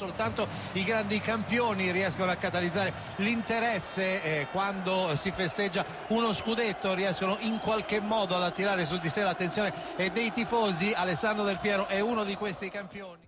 Soltanto i grandi campioni riescono a catalizzare l'interesse quando si festeggia uno scudetto, riescono in qualche modo ad attirare su di sé l'attenzione dei tifosi. Alessandro Del Piero è uno di questi campioni.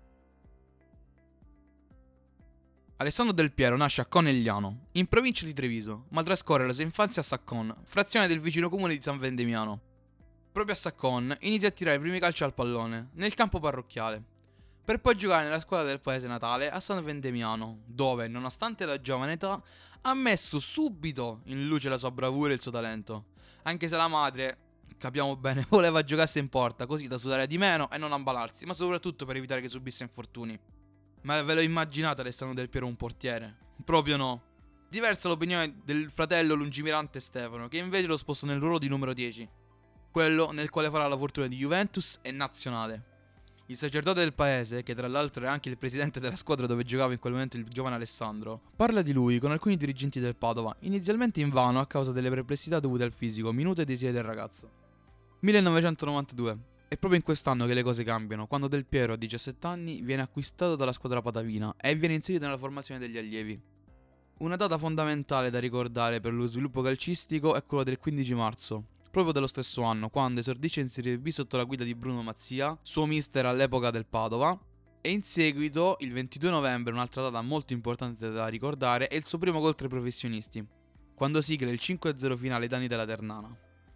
Alessandro Del Piero nasce a Conegliano, in provincia di Treviso, ma trascorre la sua infanzia a Saccon, frazione del vicino comune di San Vendemiano. Proprio a Saccon inizia a tirare i primi calci al pallone, nel campo parrocchiale, per poi giocare nella squadra del paese natale a San Vendemiano, dove, nonostante la giovane età, ha messo subito in luce la sua bravura e il suo talento, anche se la madre, capiamo bene, voleva giocasse in porta, così da sudare di meno e non ammalarsi, ma soprattutto per evitare che subisse infortuni. Ma ve lo immaginate Alessandro Del Piero un portiere? Proprio no. Diversa l'opinione del fratello lungimirante Stefano, che invece lo spostò nel ruolo di numero 10, quello nel quale farà la fortuna di Juventus e Nazionale. Il sacerdote del paese, che tra l'altro è anche il presidente della squadra dove giocava in quel momento il giovane Alessandro, parla di lui con alcuni dirigenti del Padova, inizialmente invano a causa delle perplessità dovute al fisico, minuto e desideri del ragazzo. 1992. È proprio in quest'anno che le cose cambiano, quando Del Piero a 17 anni viene acquistato dalla squadra padavina e viene inserito nella formazione degli allievi. Una data fondamentale da ricordare per lo sviluppo calcistico è quella del 15 marzo, proprio dello stesso anno, quando esordisce in Serie B sotto la guida di Bruno Mazzia, suo mister all'epoca del Padova, e in seguito, il 22 novembre, un'altra data molto importante da ricordare, è il suo primo gol tra i professionisti, quando sigla il 5-0 finale ai danni della Ternana.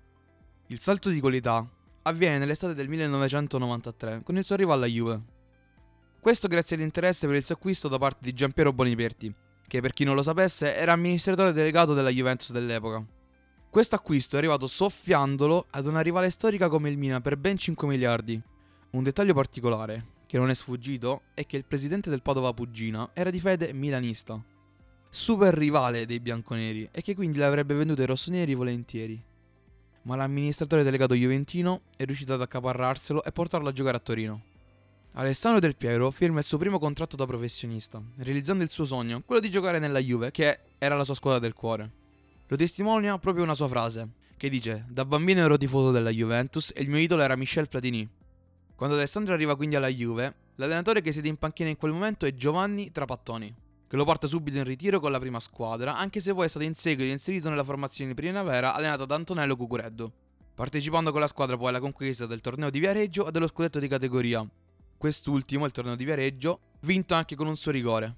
Il salto di qualità avviene nell'estate del 1993 con il suo arrivo alla Juve. Questo grazie all'interesse per il suo acquisto da parte di Giampiero Boniperti, che per chi non lo sapesse era amministratore delegato della Juventus dell'epoca. Questo acquisto è arrivato soffiandolo ad una rivale storica come il Milan per ben 5 miliardi. Un dettaglio particolare, che non è sfuggito, è che il presidente del Padova Pugina era di fede milanista, super rivale dei bianconeri, e che quindi l'avrebbe venduto ai rossoneri volentieri. Ma l'amministratore delegato juventino è riuscito ad accaparrarselo e portarlo a giocare a Torino. Alessandro Del Piero firma il suo primo contratto da professionista, realizzando il suo sogno, quello di giocare nella Juve, che era la sua squadra del cuore. Lo testimonia proprio una sua frase, che dice: "Da bambino ero tifoso della Juventus e il mio idolo era Michel Platini". Quando Alessandro arriva quindi alla Juve, l'allenatore che siede in panchina in quel momento è Giovanni Trapattoni, che lo porta subito in ritiro con la prima squadra, anche se poi è stato in seguito inserito nella formazione di primavera allenata da Antonello Cucureddu, partecipando con la squadra poi alla conquista del torneo di Viareggio e dello scudetto di categoria. Quest'ultimo, il torneo di Viareggio, vinto anche con un suo rigore.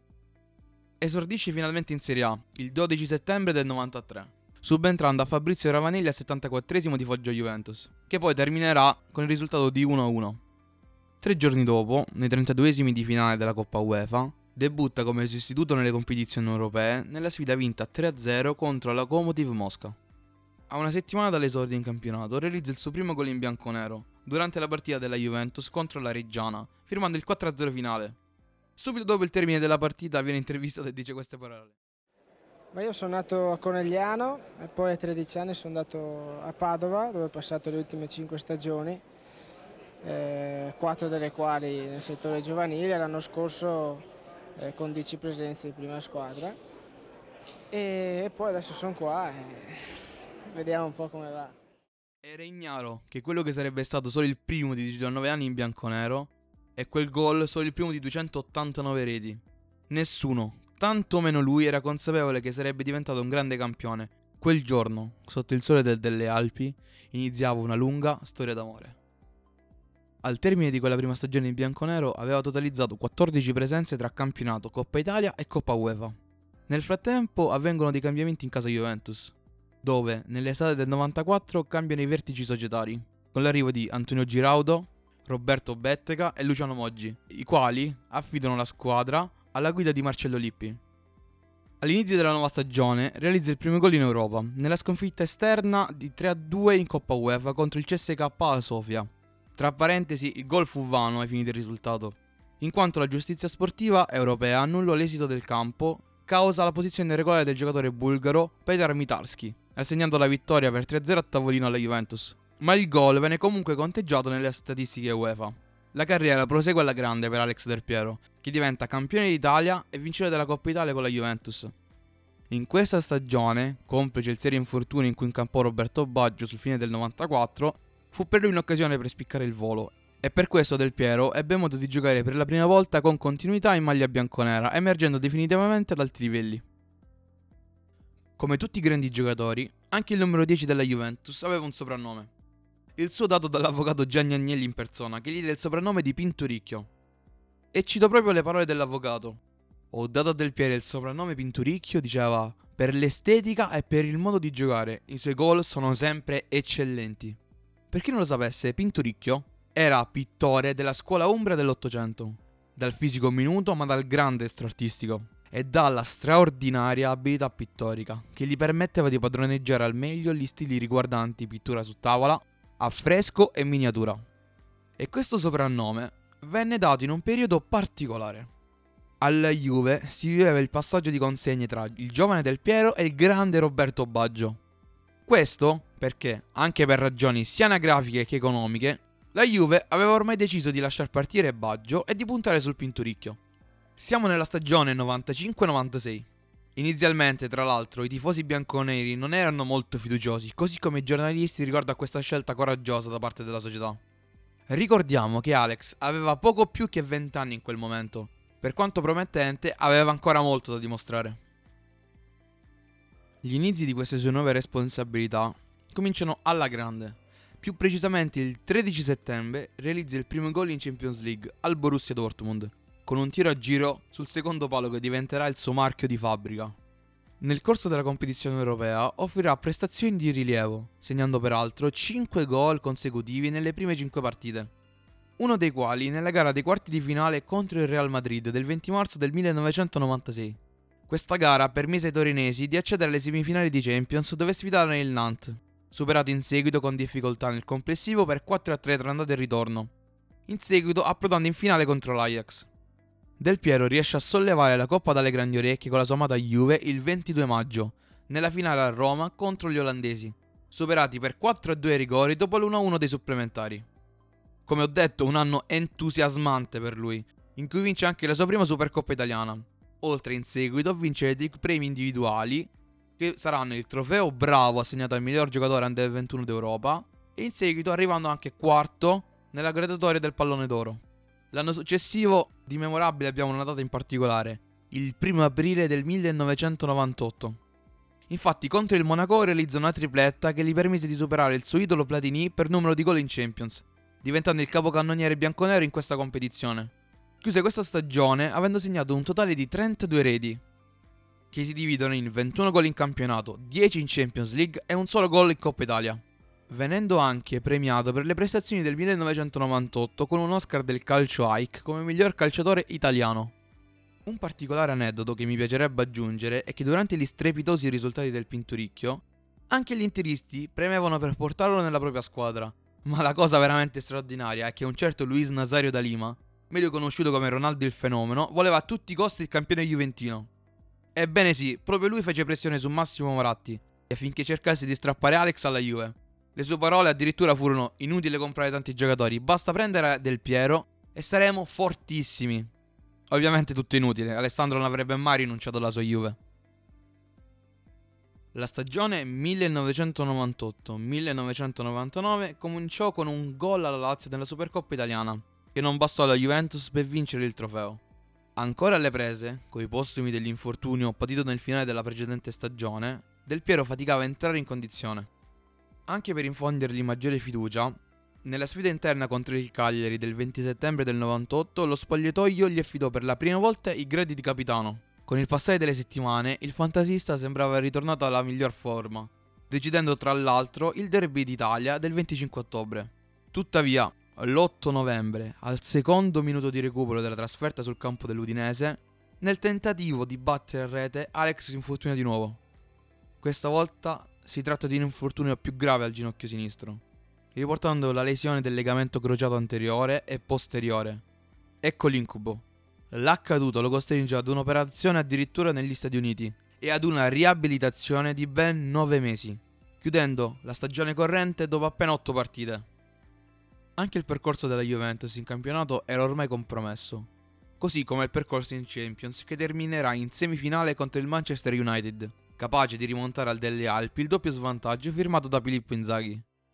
Esordisce finalmente in Serie A, il 12 settembre del 93, subentrando a Fabrizio Ravanelli al 74esimo di Foggia Juventus, che poi terminerà con il risultato di 1-1. 3 giorni dopo, nei 32esimi di finale della Coppa UEFA, debutta come sostituto nelle competizioni europee nella sfida vinta 3-0 contro la Lokomotiv Mosca. A una settimana dall'esordio in campionato realizza il suo primo gol in bianconero durante la partita della Juventus contro la Reggiana, firmando il 4-0 finale. Subito dopo il termine della partita viene intervistato e dice queste parole. Ma io sono nato a Conegliano e poi a 13 anni sono andato a Padova, dove ho passato le ultime 5 stagioni, 4 delle quali nel settore giovanile. L'anno scorso con 10 presenze in prima squadra e poi adesso sono qua e vediamo un po' come va. Era ignaro che quello che sarebbe stato solo il primo di 19 anni in bianconero e quel gol solo il primo di 289 reti. Nessuno, tanto meno lui, era consapevole che sarebbe diventato un grande campione. Quel giorno, sotto il sole delle Alpi, iniziava una lunga storia d'amore. Al termine di quella prima stagione in bianconero aveva totalizzato 14 presenze tra campionato, Coppa Italia e Coppa UEFA. Nel frattempo avvengono dei cambiamenti in casa Juventus, dove nell'estate del 94 cambiano i vertici societari, con l'arrivo di Antonio Giraudo, Roberto Bettega e Luciano Moggi, i quali affidano la squadra alla guida di Marcello Lippi. All'inizio della nuova stagione realizza il primo gol in Europa, nella sconfitta esterna di 3-2 in Coppa UEFA contro il CSK a Sofia. Tra parentesi, il gol fu vano ai fini del risultato, in quanto la giustizia sportiva europea annullò l'esito del campo causa la posizione regolare del giocatore bulgaro Petar Mitarski, assegnando la vittoria per 3-0 a tavolino alla Juventus. Ma il gol venne comunque conteggiato nelle statistiche UEFA. La carriera prosegue alla grande per Alex Del Piero, che diventa campione d'Italia e vincitore della Coppa Italia con la Juventus. In questa stagione, complice il serio infortunio in cui incampò Roberto Baggio sul fine del 94, fu per lui un'occasione per spiccare il volo E per questo Del Piero ebbe modo di giocare per la prima volta con continuità in maglia bianconera, emergendo definitivamente ad alti livelli. Come tutti i grandi giocatori, anche il numero 10 della Juventus aveva un soprannome. Il suo dato dall'avvocato Gianni Agnelli in persona, che gli diede il soprannome di Pinturicchio. E cito proprio le parole dell'avvocato. Ho dato a Del Piero il soprannome Pinturicchio, diceva, per l'estetica e per il modo di giocare. I suoi gol sono sempre eccellenti. Per chi non lo sapesse, Pinturicchio era pittore della scuola umbra dell'Ottocento, dal fisico minuto ma dal grande estro artistico e dalla straordinaria abilità pittorica che gli permetteva di padroneggiare al meglio gli stili riguardanti pittura su tavola, affresco e miniatura. E questo soprannome venne dato in un periodo particolare. Alla Juve si viveva il passaggio di consegne tra il giovane Del Piero e il grande Roberto Baggio. Questo perché, anche per ragioni sia anagrafiche che economiche, la Juve aveva ormai deciso di lasciar partire Baggio e di puntare sul Pinturicchio. Siamo nella stagione 95-96. Inizialmente, tra l'altro, i tifosi bianconeri non erano molto fiduciosi, così come i giornalisti riguardo a questa scelta coraggiosa da parte della società. Ricordiamo che Alex aveva poco più che 20 anni in quel momento. Per quanto promettente, aveva ancora molto da dimostrare. Gli inizi di queste sue nuove responsabilità cominciano alla grande. Più precisamente il 13 settembre realizza il primo gol in Champions League al Borussia Dortmund, con un tiro a giro sul secondo palo che diventerà il suo marchio di fabbrica. Nel corso della competizione europea offrirà prestazioni di rilievo, segnando peraltro 5 gol consecutivi nelle prime 5 partite, uno dei quali nella gara dei quarti di finale contro il Real Madrid del 20 marzo del 1996. Questa gara permise ai torinesi di accedere alle semifinali di Champions dove sfidarono il Nantes, superato in seguito con difficoltà nel complessivo per 4-3 tra andata e ritorno, in seguito approdando in finale contro l'Ajax. Del Piero riesce a sollevare la coppa dalle grandi orecchie con la sua amata Juve il 22 maggio, nella finale a Roma contro gli olandesi, superati per 4-2 rigori dopo l'1-1 dei supplementari. Come ho detto, un anno entusiasmante per lui, in cui vince anche la sua prima Supercoppa italiana, oltre in seguito a vincere dei premi individuali che saranno il trofeo Bravo assegnato al miglior giocatore under 21 d'Europa e in seguito arrivando anche quarto nella graduatoria del Pallone d'Oro. L'anno successivo di memorabile abbiamo una data in particolare, il 1 aprile del 1998. Infatti contro il Monaco realizza una tripletta che gli permise di superare il suo idolo Platini per numero di gol in Champions, diventando il capocannoniere bianconero in questa competizione. Chiuse questa stagione avendo segnato un totale di 32 reti, che si dividono in 21 gol in campionato, 10 in Champions League e un solo gol in Coppa Italia, venendo anche premiato per le prestazioni del 1998 con un Oscar del Calcio AIC come miglior calciatore italiano. Un particolare aneddoto che mi piacerebbe aggiungere è che durante gli strepitosi risultati del Pinturicchio, anche gli interisti premevano per portarlo nella propria squadra, ma la cosa veramente straordinaria è che un certo Luis Nazario da Lima, meglio conosciuto come Ronaldo il Fenomeno, voleva a tutti i costi il campione juventino. Ebbene sì, proprio lui fece pressione su Massimo Moratti affinché cercasse di strappare Alex alla Juve. Le sue parole addirittura furono: inutile comprare tanti giocatori, basta prendere Del Piero e saremo fortissimi. Ovviamente tutto inutile, Alessandro non avrebbe mai rinunciato alla sua Juve. La stagione 1998-1999 cominciò con un gol alla Lazio nella Supercoppa italiana, che non bastò alla Juventus per vincere il trofeo. Ancora alle prese, coi postumi dell'infortunio patito nel finale della precedente stagione, Del Piero faticava a entrare in condizione. Anche per infondergli maggiore fiducia, nella sfida interna contro il Cagliari del 20 settembre del 98, lo spogliatoio gli affidò per la prima volta i gradi di capitano. Con il passare delle settimane, il fantasista sembrava ritornato alla miglior forma, decidendo tra l'altro il derby d'Italia del 25 ottobre. Tuttavia, l'8 novembre, al secondo minuto di recupero della trasferta sul campo dell'Udinese, nel tentativo di battere a rete, Alex si infortuna di nuovo. Questa volta si tratta di un infortunio più grave al ginocchio sinistro, riportando la lesione del legamento crociato anteriore e posteriore. Ecco l'incubo. L'accaduto lo costringe ad un'operazione addirittura negli Stati Uniti e ad una riabilitazione di ben 9 mesi, chiudendo la stagione corrente dopo appena 8 partite. Anche il percorso della Juventus in campionato era ormai compromesso, così come il percorso in Champions, che terminerà in semifinale contro il Manchester United, capace di rimontare al Delle Alpi il doppio svantaggio firmato da Filippo Inzaghi.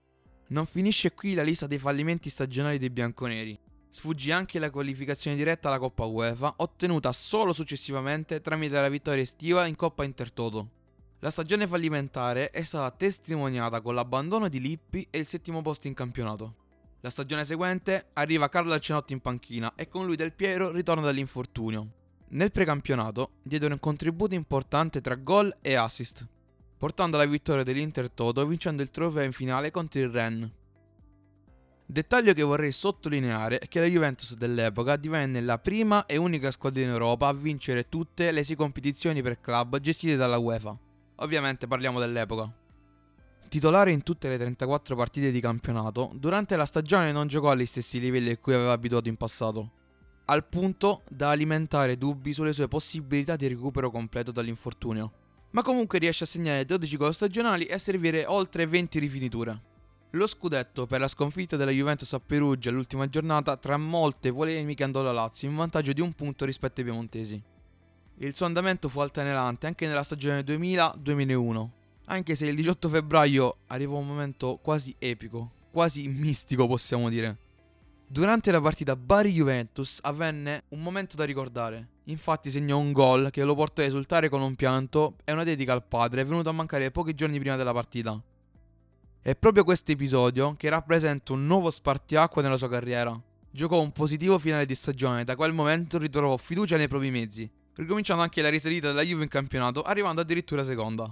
Non finisce qui la lista dei fallimenti stagionali dei bianconeri. Sfuggì anche la qualificazione diretta alla Coppa UEFA, ottenuta solo successivamente tramite la vittoria estiva in Coppa Intertoto. La stagione fallimentare è stata testimoniata con l'abbandono di Lippi e il 7° posto in campionato. La stagione seguente arriva Carlo Ancelotti in panchina e con lui Del Piero ritorna dall'infortunio. Nel precampionato diede un contributo importante tra gol e assist, portando alla vittoria dell'Intertoto vincendo il trofeo in finale contro il Rennes. Dettaglio che vorrei sottolineare è che la Juventus dell'epoca divenne la prima e unica squadra in Europa a vincere tutte le 6 competizioni per club gestite dalla UEFA. Ovviamente parliamo dell'epoca. Titolare in tutte le 34 partite di campionato, durante la stagione non giocò agli stessi livelli a cui aveva abituato in passato, al punto da alimentare dubbi sulle sue possibilità di recupero completo dall'infortunio. Ma comunque riesce a segnare 12 gol stagionali e a servire oltre 20 rifiniture. Lo scudetto per la sconfitta della Juventus a Perugia all'ultima giornata, tra molte polemiche, andò alla Lazio in vantaggio di un punto rispetto ai piemontesi. Il suo andamento fu altalenante anche nella stagione 2000-2001, anche se il 18 febbraio arrivò un momento quasi epico, quasi mistico possiamo dire. Durante la partita Bari-Juventus avvenne un momento da ricordare. Infatti segnò un gol che lo portò a esultare con un pianto e una dedica al padre, venuto a mancare pochi giorni prima della partita. È proprio questo episodio che rappresenta un nuovo spartiacque nella sua carriera. Giocò un positivo finale di stagione e da quel momento ritrovò fiducia nei propri mezzi, ricominciando anche la risalita della Juve in campionato, arrivando addirittura seconda.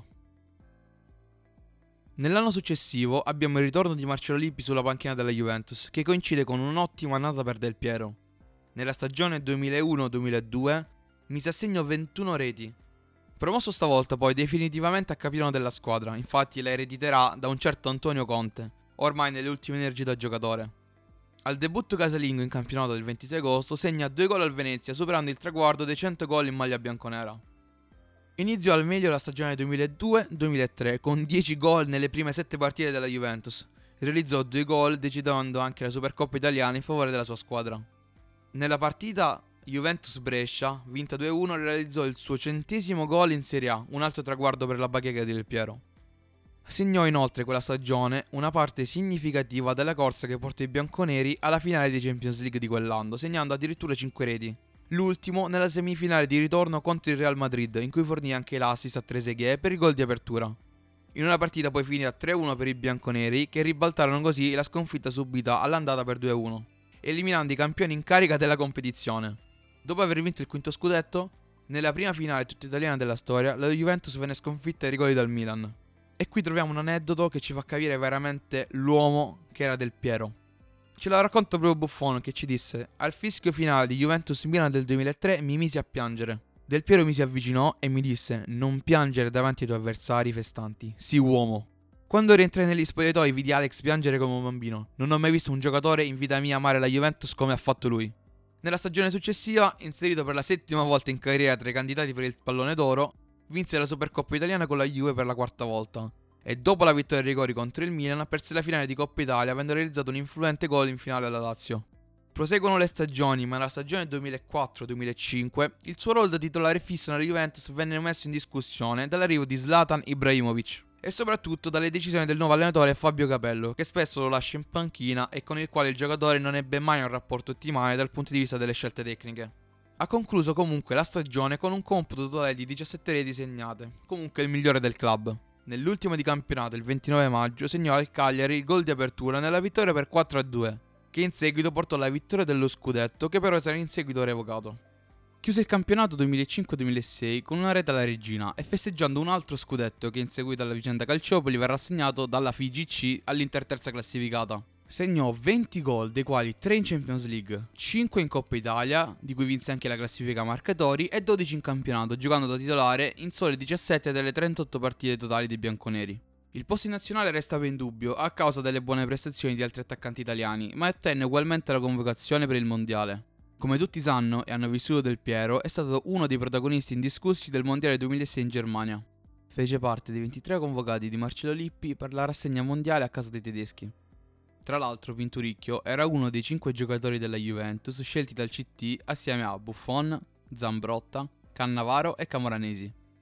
Nell'anno successivo abbiamo il ritorno di Marcello Lippi sulla panchina della Juventus, che coincide con un'ottima annata per Del Piero. Nella stagione 2001-2002 mise a segno 21 reti. Promosso stavolta poi definitivamente a capitano della squadra, infatti la erediterà da un certo Antonio Conte, ormai nelle ultime energie da giocatore. Al debutto casalingo in campionato del 26 agosto segna 2 gol al Venezia, superando il traguardo dei 100 gol in maglia bianconera. Iniziò al meglio la stagione 2002-2003 con 10 gol nelle prime 7 partite della Juventus. Realizzò 2 gol decidendo anche la Supercoppa italiana in favore della sua squadra. Nella partita Juventus-Brescia, vinta 2-1, realizzò il suo 100° gol in Serie A, un altro traguardo per la bacheca di Del Piero. Segnò inoltre quella stagione una parte significativa della corsa che portò i bianconeri alla finale di Champions League di quell'anno, segnando addirittura 5 reti. L'ultimo nella semifinale di ritorno contro il Real Madrid, in cui fornì anche l'assist a Trezeguet per il gol di apertura. In una partita poi finì a 3-1 per i bianconeri, che ribaltarono così la sconfitta subita all'andata per 2-1, eliminando i campioni in carica della competizione. Dopo aver vinto il 5° scudetto, nella prima finale tutta italiana della storia, la Juventus venne sconfitta ai rigori dal Milan. E qui troviamo un aneddoto che ci fa capire veramente l'uomo che era Del Piero. Ce la racconta proprio Buffon, che ci disse: al fischio finale di Juventus-Milan del 2003 mi misi a piangere. Del Piero mi si avvicinò e mi disse: non piangere davanti ai tuoi avversari festanti, sii uomo. Quando rientrai negli spogliatoi vidi Alex piangere come un bambino. Non ho mai visto un giocatore in vita mia amare la Juventus come ha fatto lui. Nella stagione successiva, inserito per la 7ª volta in carriera tra i candidati per il pallone d'oro, vinse la Supercoppa italiana con la Juve per la 4ª volta. E dopo la vittoria ai rigori contro il Milan, perse la finale di Coppa Italia avendo realizzato un influente gol in finale alla Lazio. Proseguono le stagioni, ma nella stagione 2004-2005 il suo ruolo da titolare fisso nella Juventus venne messo in discussione dall'arrivo di Zlatan Ibrahimovic e soprattutto dalle decisioni del nuovo allenatore Fabio Capello, che spesso lo lascia in panchina e con il quale il giocatore non ebbe mai un rapporto ottimale dal punto di vista delle scelte tecniche. Ha concluso comunque la stagione con un computo totale di 17 reti segnate, comunque il migliore del club. Nell'ultimo di campionato, il 29 maggio, segnò al Cagliari il gol di apertura nella vittoria per 4-2, che in seguito portò alla vittoria dello scudetto, che però sarà in seguito revocato. Chiuse il campionato 2005-2006 con una rete alla regina e festeggiando un altro scudetto che in seguito alla vicenda Calciopoli verrà assegnato dalla FIGC all'Inter terza classificata. Segnò 20 gol, dei quali 3 in Champions League, 5 in Coppa Italia, di cui vinse anche la classifica marcatori, e 12 in campionato, giocando da titolare in sole 17 delle 38 partite totali dei bianconeri. Il posto in nazionale restava in dubbio a causa delle buone prestazioni di altri attaccanti italiani, ma ottenne ugualmente la convocazione per il mondiale. Come tutti sanno e hanno vissuto Del Piero, è stato uno dei protagonisti indiscussi del mondiale 2006 in Germania. Fece parte dei 23 convocati di Marcello Lippi per la rassegna mondiale a casa dei tedeschi. Tra l'altro Pinturicchio era uno dei 5 giocatori della Juventus scelti dal CT assieme a Buffon, Zambrotta, Cannavaro e Camoranesi.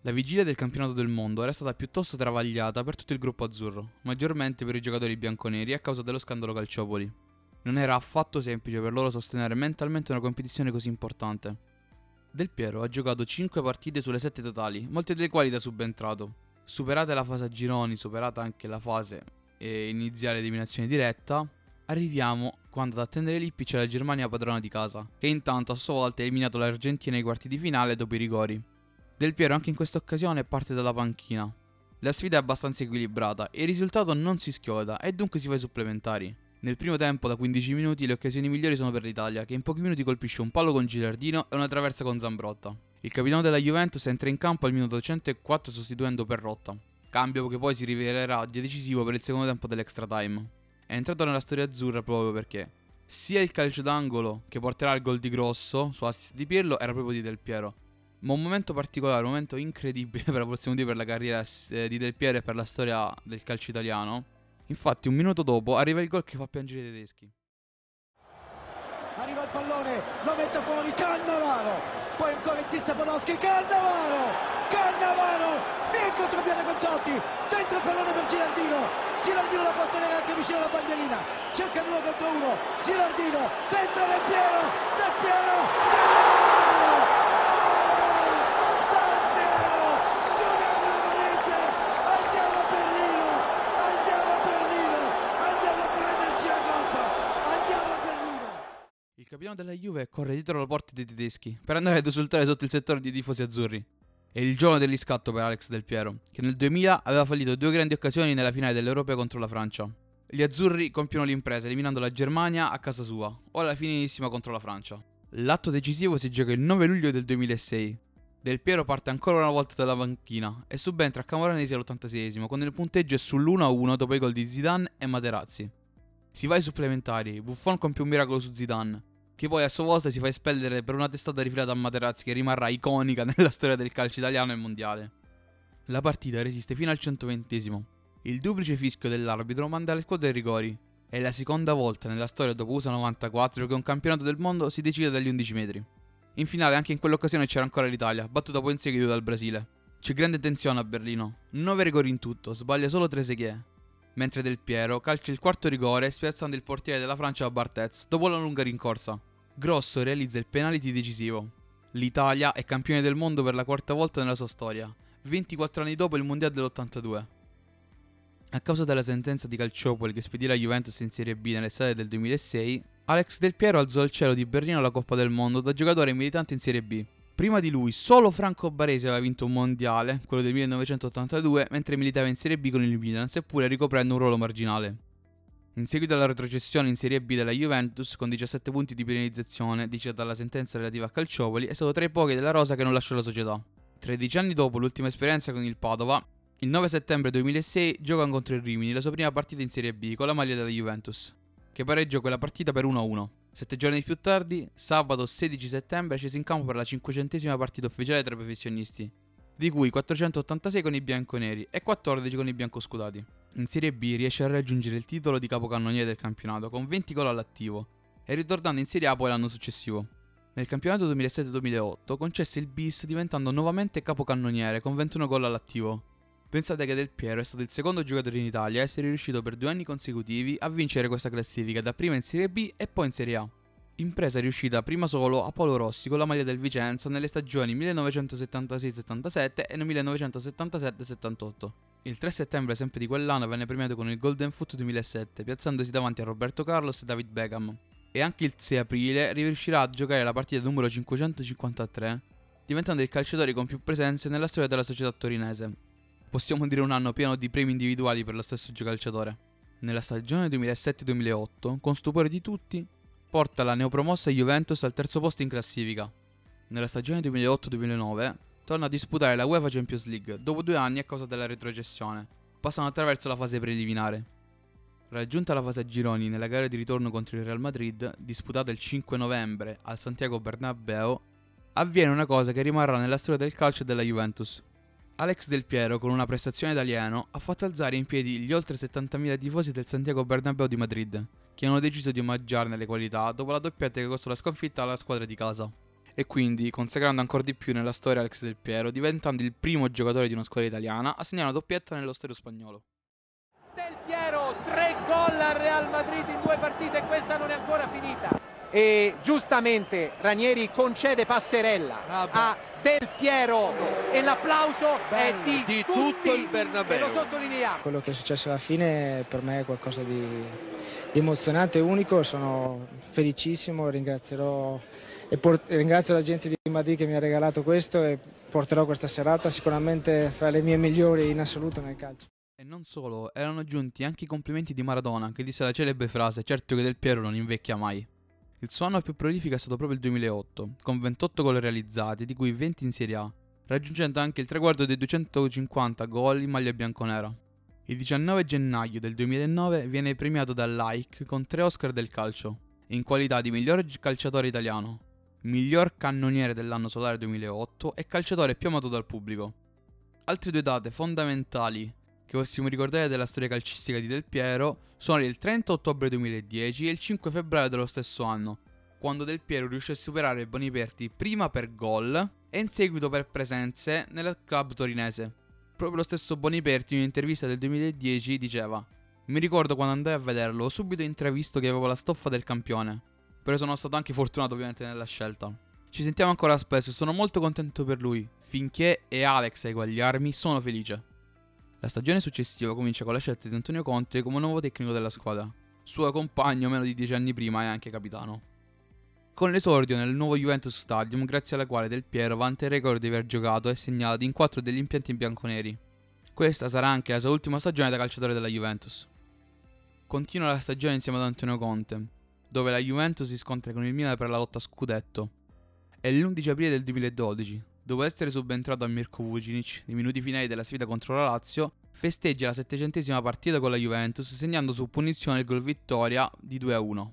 La vigilia del campionato del mondo era stata piuttosto travagliata per tutto il gruppo azzurro, maggiormente per i giocatori bianconeri a causa dello scandalo Calciopoli. Non era affatto semplice per loro sostenere mentalmente una competizione così importante. Del Piero ha giocato 5 partite sulle 7 totali, molte delle quali da subentrato. Superata la fase a gironi, superata anche la fase iniziale di eliminazione diretta, arriviamo quando ad attendere Lippi c'è la Germania padrona di casa, che intanto a sua volta ha eliminato l'Argentina ai quarti di finale dopo i rigori. Del Piero anche in questa occasione parte dalla panchina. La sfida è abbastanza equilibrata e il risultato non si schioda e dunque si fa ai supplementari. Nel primo tempo da 15 minuti le occasioni migliori sono per l'Italia, che in pochi minuti colpisce un palo con Gilardino e una traversa con Zambrotta. Il capitano della Juventus entra in campo al minuto 104 sostituendo Perrotta, cambio che poi si rivelerà decisivo per il secondo tempo dell'extra time. È entrato nella storia azzurra proprio perché sia il calcio d'angolo che porterà al gol di Grosso su assist di Pirlo era proprio di Del Piero. Ma un momento particolare, un momento incredibile possiamo dire per la carriera di Del Piero e per la storia del calcio italiano. Infatti un minuto dopo arriva il gol che fa piangere i tedeschi. Arriva il pallone, lo mette fuori Cannavaro, poi ancora insiste Podolski, Cannavaro, via il contropiede con Totti, dentro il pallone per Gilardino la può tenere anche vicino alla bandierina, cerca 2 contro 1, Gilardino, dentro Del Piero, Il capitano della Juve corre dietro la porta dei tedeschi per andare ad esultare sotto il settore di tifosi azzurri. È il giorno del riscatto per Alex Del Piero, che nel 2000 aveva fallito 2 grandi occasioni nella finale dell'Europeo contro la Francia. Gli azzurri compiono l'impresa eliminando la Germania a casa sua, ora finissima contro la Francia. L'atto decisivo si gioca il 9 luglio del 2006. Del Piero parte ancora una volta dalla panchina e subentra a Camoranesi all'86esimo, quando il punteggio è sull'1-1 dopo i gol di Zidane e Materazzi. Si va ai supplementari, Buffon compie un miracolo su Zidane, che poi a sua volta si fa espellere per una testata rifilata a Materazzi che rimarrà iconica nella storia del calcio italiano e mondiale. La partita resiste fino al 120esimo. Il duplice fischio dell'arbitro manda alle squadre ai rigori. È la seconda volta nella storia dopo USA 94 che un campionato del mondo si decide dagli 11 metri. In finale anche in quell'occasione c'era ancora l'Italia, battuta poi in seguito dal Brasile. C'è grande tensione a Berlino, 9 rigori in tutto, sbaglia solo 3 Trezeguet. Mentre Del Piero calcia il quarto rigore spiazzando il portiere della Francia Barthez dopo la lunga rincorsa. Grosso realizza il penalty decisivo. L'Italia è campione del mondo per la quarta volta nella sua storia, 24 anni dopo il mondiale dell'82. A causa della sentenza di Calciopoli che spedì la Juventus in Serie B nell'estate del 2006, Alex Del Piero alzò al cielo di Berlino la Coppa del Mondo da giocatore militante in Serie B. Prima di lui solo Franco Baresi aveva vinto un mondiale, quello del 1982, mentre militava in Serie B con il Milan, seppure ricoprendo un ruolo marginale. In seguito alla retrocessione in Serie B della Juventus, con 17 punti di penalizzazione, dice dalla sentenza relativa a Calciopoli, è stato tra i pochi della rosa che non lasciò la società. 13 anni dopo l'ultima esperienza con il Padova, il 9 settembre 2006 gioca contro il Rimini la sua prima partita in Serie B con la maglia della Juventus, che pareggiò quella partita per 1-1. 7 giorni più tardi, sabato 16 settembre, scese in campo per la 500esima partita ufficiale tra i professionisti, di cui 486 con i bianconeri e 14 con i biancoscudati. In Serie B riesce a raggiungere il titolo di capocannoniere del campionato con 20 gol all'attivo e ritornando in Serie A poi l'anno successivo. Nel campionato 2007-2008 concesse il bis diventando nuovamente capocannoniere con 21 gol all'attivo. Pensate che Del Piero è stato il secondo giocatore in Italia a essere riuscito per 2 anni consecutivi a vincere questa classifica, dapprima in Serie B e poi in Serie A. Impresa riuscita prima solo a Paolo Rossi con la maglia del Vicenza nelle stagioni 1976-77 e 1977-78. Il 3 settembre sempre di quell'anno venne premiato con il Golden Foot 2007, piazzandosi davanti a Roberto Carlos e David Beckham. E anche il 6 aprile riuscirà a giocare la partita numero 553, diventando il calciatore con più presenze nella storia della società torinese. Possiamo dire un anno pieno di premi individuali per lo stesso calciatore. Nella stagione 2007-2008, con stupore di tutti, porta la neopromossa Juventus al terzo posto in classifica. Nella stagione 2008-2009 torna a disputare la UEFA Champions League dopo 2 anni a causa della retrocessione, passando attraverso la fase preliminare. Raggiunta la fase a gironi nella gara di ritorno contro il Real Madrid, disputata il 5 novembre al Santiago Bernabéu, avviene una cosa che rimarrà nella storia del calcio e della Juventus. Alex Del Piero, con una prestazione da alieno, ha fatto alzare in piedi gli oltre 70.000 tifosi del Santiago Bernabéu di Madrid, che hanno deciso di omaggiarne le qualità dopo la doppietta che costò la sconfitta alla squadra di casa. e quindi consacrando ancora di più nella storia Alex Del Piero, diventando il primo giocatore di una squadra italiana a segnare una doppietta nello stadio spagnolo. Del Piero, 3 gol al Real Madrid in 2 partite e questa non è ancora finita. E giustamente Ranieri concede passerella a Del Piero e l'applauso è di tutto il e Bernabéu. lo sottolineiamo. Quello che è successo alla fine per me è qualcosa di emozionante e unico, sono felicissimo, ringrazio la gente di Madrid che mi ha regalato questo e porterò questa serata sicuramente fra le mie migliori in assoluto nel calcio. E non solo, erano giunti anche i complimenti di Maradona, che disse la celebre frase "certo che Del Piero non invecchia mai". Il suo anno più prolifico è stato proprio il 2008, con 28 gol realizzati, di cui 20 in Serie A, raggiungendo anche il traguardo dei 250 gol in maglia bianconera. Il 19 gennaio del 2009 viene premiato dall'AIC con 3 Oscar del calcio, in qualità di miglior calciatore italiano, miglior cannoniere dell'anno solare 2008 e calciatore più amato dal pubblico. Altre 2 date fondamentali che possiamo ricordare della storia calcistica di Del Piero sono il 30 ottobre 2010 e il 5 febbraio dello stesso anno, quando Del Piero riuscì a superare Boniperti prima per gol e in seguito per presenze nel club torinese. Proprio lo stesso Boniperti in un'intervista del 2010 diceva: "Mi ricordo quando andai a vederlo, ho subito intravisto che avevo la stoffa del campione, però sono stato anche fortunato ovviamente nella scelta. Ci sentiamo ancora spesso e sono molto contento per lui, finché è Alex a eguagliarmi sono felice". La stagione successiva comincia con la scelta di Antonio Conte come nuovo tecnico della squadra, suo compagno meno di 10 anni prima e anche capitano. Con l'esordio nel nuovo Juventus Stadium, grazie alla quale Del Piero vanta il record di aver giocato e segnato in 4 degli impianti bianconeri. Questa sarà anche la sua ultima stagione da calciatore della Juventus. Continua la stagione insieme ad Antonio Conte, dove la Juventus si scontra con il Milan per la lotta a scudetto. È l'11 aprile del 2012, dopo essere subentrato a Mirko Vucinic nei minuti finali della sfida contro la Lazio, festeggia la 700esima partita con la Juventus segnando su punizione il gol vittoria di 2-1.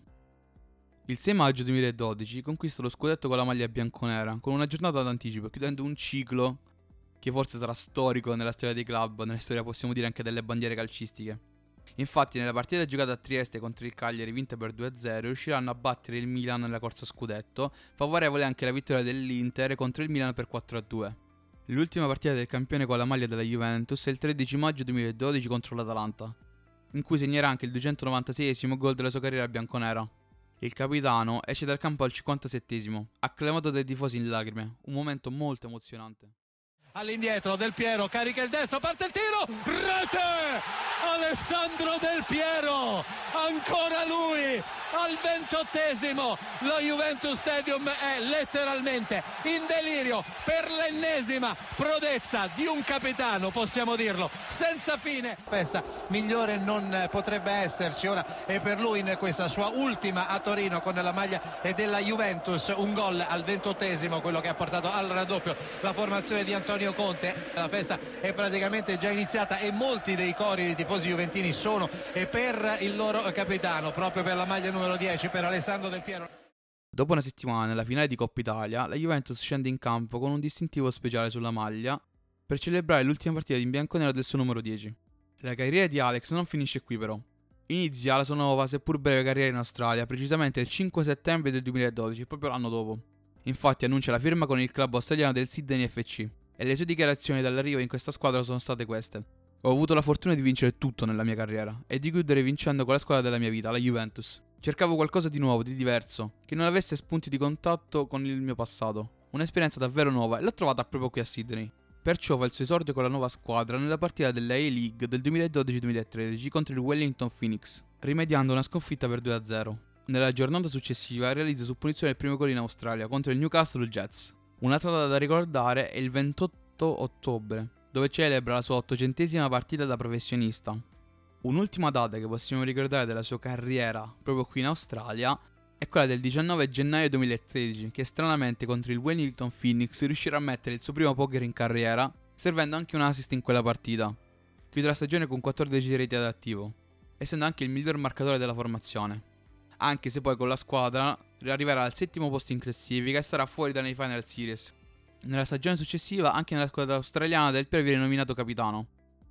Il 6 maggio 2012 conquista lo scudetto con la maglia bianconera, con una giornata d'anticipo, chiudendo un ciclo che forse sarà storico nella storia dei club, nella storia possiamo dire anche delle bandiere calcistiche. Infatti nella partita giocata a Trieste contro il Cagliari vinta per 2-0 riusciranno a battere il Milan nella corsa a scudetto, favorevole anche la vittoria dell'Inter contro il Milan per 4-2. L'ultima partita del campione con la maglia della Juventus è il 13 maggio 2012 contro l'Atalanta, in cui segnerà anche il 296esimo gol della sua carriera bianconera. Il capitano esce dal campo al 57esimo, acclamato dai tifosi in lacrime, un momento molto emozionante. All'indietro Del Piero, carica il destro, parte il tiro, rete! Alessandro Del Piero, ancora lui, al 28esimo, lo Juventus Stadium è letteralmente in delirio per l'ennesima prodezza di un capitano, possiamo dirlo, senza fine. Festa migliore non potrebbe esserci ora e per lui in questa sua ultima a Torino con la maglia della Juventus, un gol al 28esimo, quello che ha portato al raddoppio la formazione di Antonio Conte. La festa è praticamente già iniziata e molti dei cori dei tifosi juventini sono per il loro capitano, proprio per la maglia numero 10, per Alessandro Del Piero. Dopo una settimana nella finale di Coppa Italia, la Juventus scende in campo con un distintivo speciale sulla maglia per celebrare l'ultima partita in bianconero del suo numero 10. La carriera di Alex non finisce qui però. Inizia la sua nuova, seppur breve carriera in Australia, precisamente il 5 settembre del 2012, proprio l'anno dopo. Infatti annuncia la firma con il club australiano del Sydney FC. E le sue dichiarazioni dall'arrivo in questa squadra sono state queste: "Ho avuto la fortuna di vincere tutto nella mia carriera e di chiudere vincendo con la squadra della mia vita, la Juventus. Cercavo qualcosa di nuovo, di diverso, che non avesse spunti di contatto con il mio passato. Un'esperienza davvero nuova e l'ho trovata proprio qui a Sydney. Perciò fa il suo esordio con la nuova squadra nella partita della A-League del 2012-2013 contro il Wellington Phoenix, rimediando una sconfitta per 2-0. Nella giornata successiva realizza su punizione il primo gol in Australia contro il Newcastle Jets. Un'altra data da ricordare è il 28 ottobre, dove celebra la sua 800esima partita da professionista. Un'ultima data che possiamo ricordare della sua carriera proprio qui in Australia è quella del 19 gennaio 2013, che stranamente contro il Wellington Phoenix riuscirà a mettere il suo primo poker in carriera, servendo anche un assist in quella partita. Chiude la stagione con 14 reti ad attivo, essendo anche il miglior marcatore della formazione. Anche se poi con la squadra arriverà al 7° posto in classifica e sarà fuori dalle Final Series. Nella stagione successiva anche nella squadra australiana Del Piero viene nominato capitano.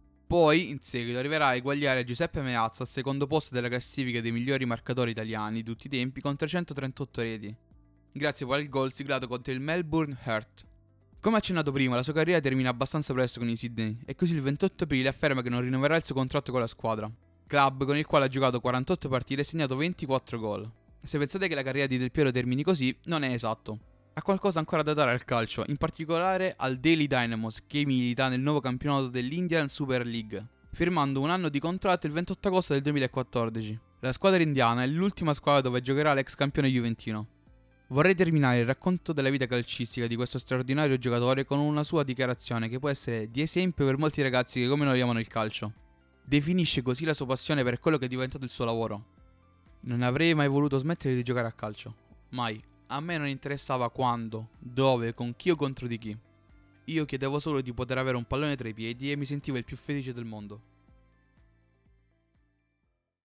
Poi in seguito arriverà a eguagliare Giuseppe Meazza al 2° posto della classifica dei migliori marcatori italiani di tutti i tempi con 338 reti. grazie poi al gol siglato contro il Melbourne Heart. Come accennato prima, la sua carriera termina abbastanza presto con i Sydney e così il 28 aprile afferma che non rinnoverà il suo contratto con la squadra, club con il quale ha giocato 48 partite e segnato 24 gol. Se pensate che la carriera di Del Piero termini così, non è esatto. Ha qualcosa ancora da dare al calcio, in particolare al Delhi Dynamos, che milita nel nuovo campionato dell'Indian Super League, firmando un anno di contratto il 28 agosto del 2014. La squadra indiana è l'ultima squadra dove giocherà l'ex campione juventino. Vorrei terminare il racconto della vita calcistica di questo straordinario giocatore con una sua dichiarazione che può essere di esempio per molti ragazzi che come noi amano il calcio. Definisce così la sua passione per quello che è diventato il suo lavoro. Non avrei mai voluto smettere di giocare a calcio. Mai. A me non interessava quando, dove, con chi o contro di chi. Io chiedevo solo di poter avere un pallone tra i piedi e mi sentivo il più felice del mondo.